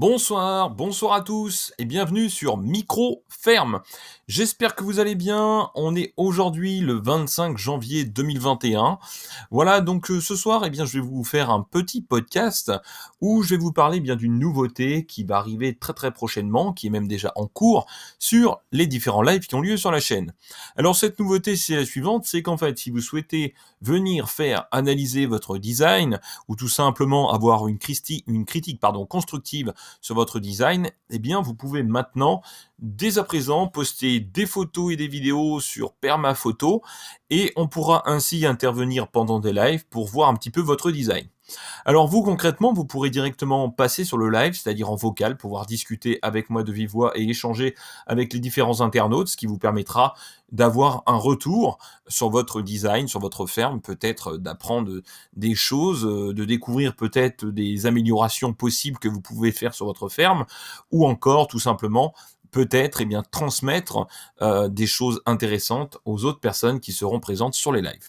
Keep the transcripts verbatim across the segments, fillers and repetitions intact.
Bonsoir, bonsoir à tous et bienvenue sur Micro Ferme. J'espère que vous allez bien. On est aujourd'hui le vingt-cinq janvier deux mille vingt et un. Voilà, donc euh, ce soir, eh bien, je vais vous faire un petit podcast où je vais vous parler eh bien d'une nouveauté qui va arriver très très prochainement, qui est même déjà en cours sur les différents lives qui ont lieu sur la chaîne. Alors cette nouveauté, c'est la suivante, c'est qu'en fait, si vous souhaitez venir faire analyser votre design ou tout simplement avoir une, cristi- une critique pardon, constructive sur votre design, eh bien vous pouvez maintenant, dès à présent, poster des photos et des vidéos sur Permaphoto et on pourra ainsi intervenir pendant des lives pour voir un petit peu votre design. Alors vous concrètement, vous pourrez directement passer sur le live, c'est-à-dire en vocal, pouvoir discuter avec moi de vive voix et échanger avec les différents internautes, ce qui vous permettra d'avoir un retour sur votre design, sur votre ferme, peut-être d'apprendre des choses, de découvrir peut-être des améliorations possibles que vous pouvez faire sur votre ferme, ou encore tout simplement peut-être eh bien transmettre euh, des choses intéressantes aux autres personnes qui seront présentes sur les lives.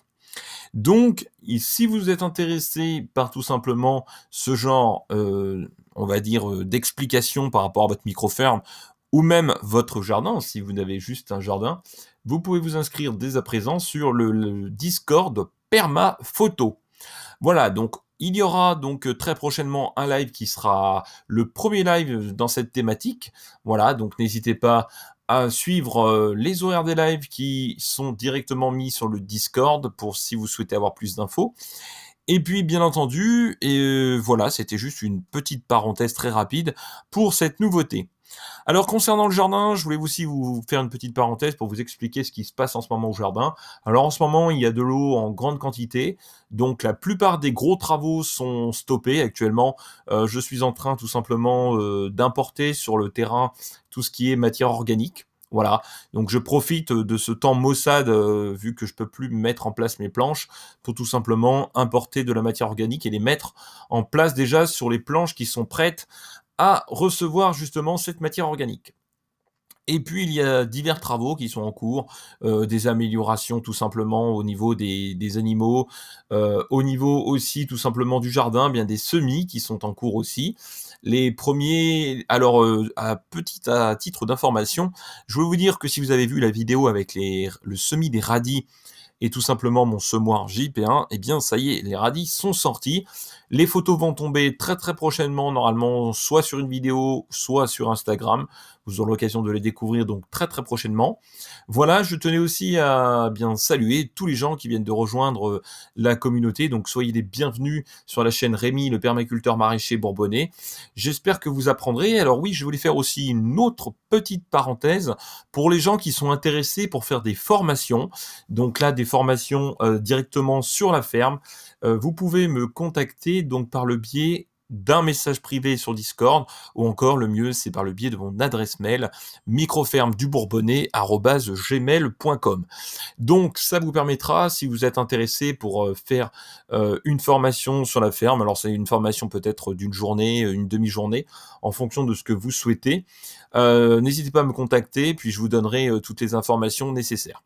Donc, si vous êtes intéressé par tout simplement ce genre, euh, on va dire, euh, d'explication par rapport à votre micro-ferme, ou même votre jardin, si vous avez juste un jardin, vous pouvez vous inscrire dès à présent sur le, le Discord Permaphoto. Voilà, donc il y aura donc euh, très prochainement un live qui sera le premier live dans cette thématique. Voilà, donc n'hésitez pas à suivre euh, les horaires des lives qui sont directement mis sur le Discord pour si vous souhaitez avoir plus d'infos. Et puis bien entendu, et euh, voilà, c'était juste une petite parenthèse très rapide pour cette nouveauté. Alors concernant le jardin, je voulais aussi vous faire une petite parenthèse pour vous expliquer ce qui se passe en ce moment au jardin. Alors en ce moment, il y a de l'eau en grande quantité, donc la plupart des gros travaux sont stoppés actuellement. Euh, je suis en train tout simplement euh, d'importer sur le terrain tout ce qui est matière organique. Voilà, donc je profite de ce temps maussade, euh, vu que je peux plus mettre en place mes planches, pour tout simplement importer de la matière organique et les mettre en place déjà sur les planches qui sont prêtes à recevoir justement cette matière organique. Et puis il y a divers travaux qui sont en cours, euh, des améliorations tout simplement au niveau des, des animaux, euh, au niveau aussi tout simplement du jardin, bien des semis qui sont en cours aussi. Les premiers, alors euh, à petit à titre d'information, je veux vous dire que si vous avez vu la vidéo avec les, le semis des radis et tout simplement mon semoir J P un, eh bien ça y est, les radis sont sortis. Les photos vont tomber très très prochainement, normalement, soit sur une vidéo, soit sur Instagram. Vous aurez l'occasion de les découvrir donc très très prochainement. Voilà, je tenais aussi à bien saluer tous les gens qui viennent de rejoindre la communauté. Donc soyez les bienvenus sur la chaîne Rémi, le permaculteur maraîcher bourbonnais. J'espère que vous apprendrez. Alors oui, je voulais faire aussi une autre petite parenthèse pour les gens qui sont intéressés pour faire des formations. Donc là, des formations euh, directement sur la ferme. Euh, vous pouvez me contacter donc par le biais d'un message privé sur Discord, ou encore le mieux c'est par le biais de mon adresse mail microfermedubourbonnais arobase gmail point com. Donc ça vous permettra, si vous êtes intéressé pour euh, faire euh, une formation sur la ferme, alors c'est une formation peut-être d'une journée, une demi-journée, en fonction de ce que vous souhaitez, euh, n'hésitez pas à me contacter, puis je vous donnerai euh, toutes les informations nécessaires.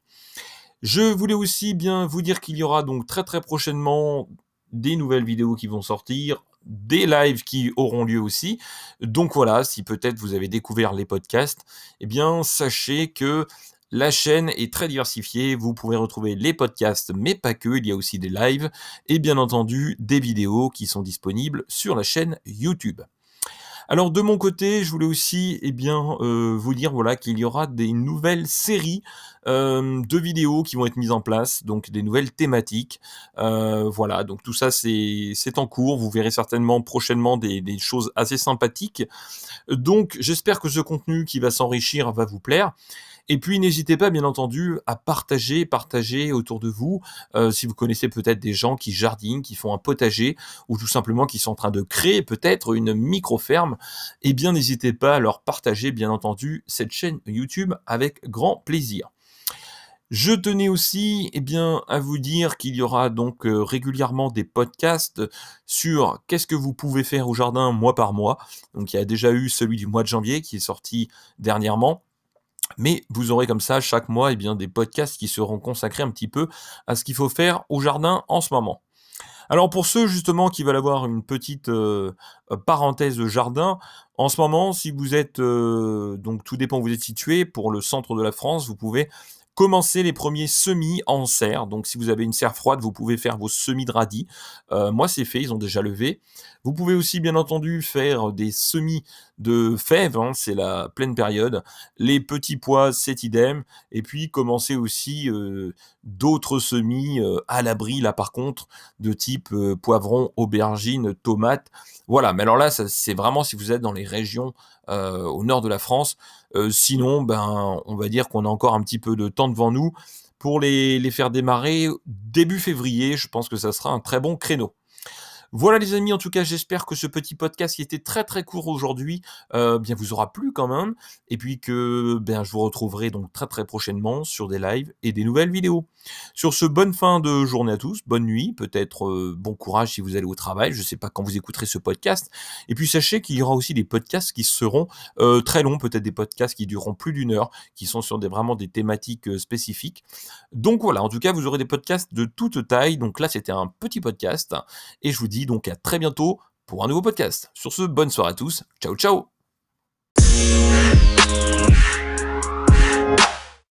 Je voulais aussi bien vous dire qu'il y aura donc très très prochainement des nouvelles vidéos qui vont sortir, des lives qui auront lieu aussi. Donc voilà, si peut-être vous avez découvert les podcasts, eh bien sachez que la chaîne est très diversifiée. Vous pouvez retrouver les podcasts, mais pas que. Il y a aussi des lives et bien entendu des vidéos qui sont disponibles sur la chaîne YouTube. Alors de mon côté, je voulais aussi eh bien euh, vous dire voilà qu'il y aura des nouvelles séries euh, de vidéos qui vont être mises en place, donc des nouvelles thématiques. Euh, voilà, donc tout ça c'est c'est en cours. Vous verrez certainement prochainement des, des choses assez sympathiques. Donc j'espère que ce contenu qui va s'enrichir va vous plaire. Et puis n'hésitez pas bien entendu à partager, partager autour de vous, euh, si vous connaissez peut-être des gens qui jardinent, qui font un potager, ou tout simplement qui sont en train de créer peut-être une micro-ferme, eh bien n'hésitez pas à leur partager bien entendu cette chaîne YouTube avec grand plaisir. Je tenais aussi eh bien, à vous dire qu'il y aura donc euh, régulièrement des podcasts sur qu'est-ce que vous pouvez faire au jardin mois par mois. Donc il y a déjà eu celui du mois de janvier qui est sorti dernièrement. Mais vous aurez comme ça chaque mois eh bien, des podcasts qui seront consacrés un petit peu à ce qu'il faut faire au jardin en ce moment. Alors pour ceux justement qui veulent avoir une petite, heu heu, parenthèse jardin, en ce moment, si vous êtes, heu, donc tout dépend où vous êtes situé, pour le centre de la France, vous pouvez commencer les premiers semis en serre. Donc si vous avez une serre froide, vous pouvez faire vos semis de radis. Heu, moi, c'est fait, ils ont déjà levé. Vous pouvez aussi, bien entendu, faire des semis de fèves, hein, c'est la pleine période. Les petits pois, c'est idem et puis commencer aussi, heu, d'autres semis, heu, à l'abri, là, par contre, de type, heu, poivron, aubergine, tomate. Voilà, mais alors là, ça c'est vraiment si vous êtes dans les régions, heu, au nord de la France. Heu, sinon, ben, on va dire qu'on a encore un petit peu de temps devant nous pour les les faire démarrer début février. Je pense que ça sera un très bon créneau. Voilà les amis, en tout cas j'espère que ce petit podcast qui était très très court aujourd'hui, heu, bien vous aura plu quand même et puis que, ben, je vous retrouverai donc très très prochainement sur des lives et des nouvelles vidéos. Sur ce, bonne fin de journée à tous, bonne nuit, peut-être, heu, bon courage si vous allez au travail, je sais pas quand vous écouterez ce podcast et puis sachez qu'il y aura aussi des podcasts qui seront, heu, très longs, peut-être des podcasts qui dureront plus d'une heure, qui sont sur des vraiment des thématiques, heu, spécifiques. Donc voilà, en tout cas vous aurez des podcasts de toute taille, donc là c'était un petit podcast et je vous dis donc à très bientôt pour un nouveau podcast. Sur ce, bonne soirée à tous. Ciao, ciao!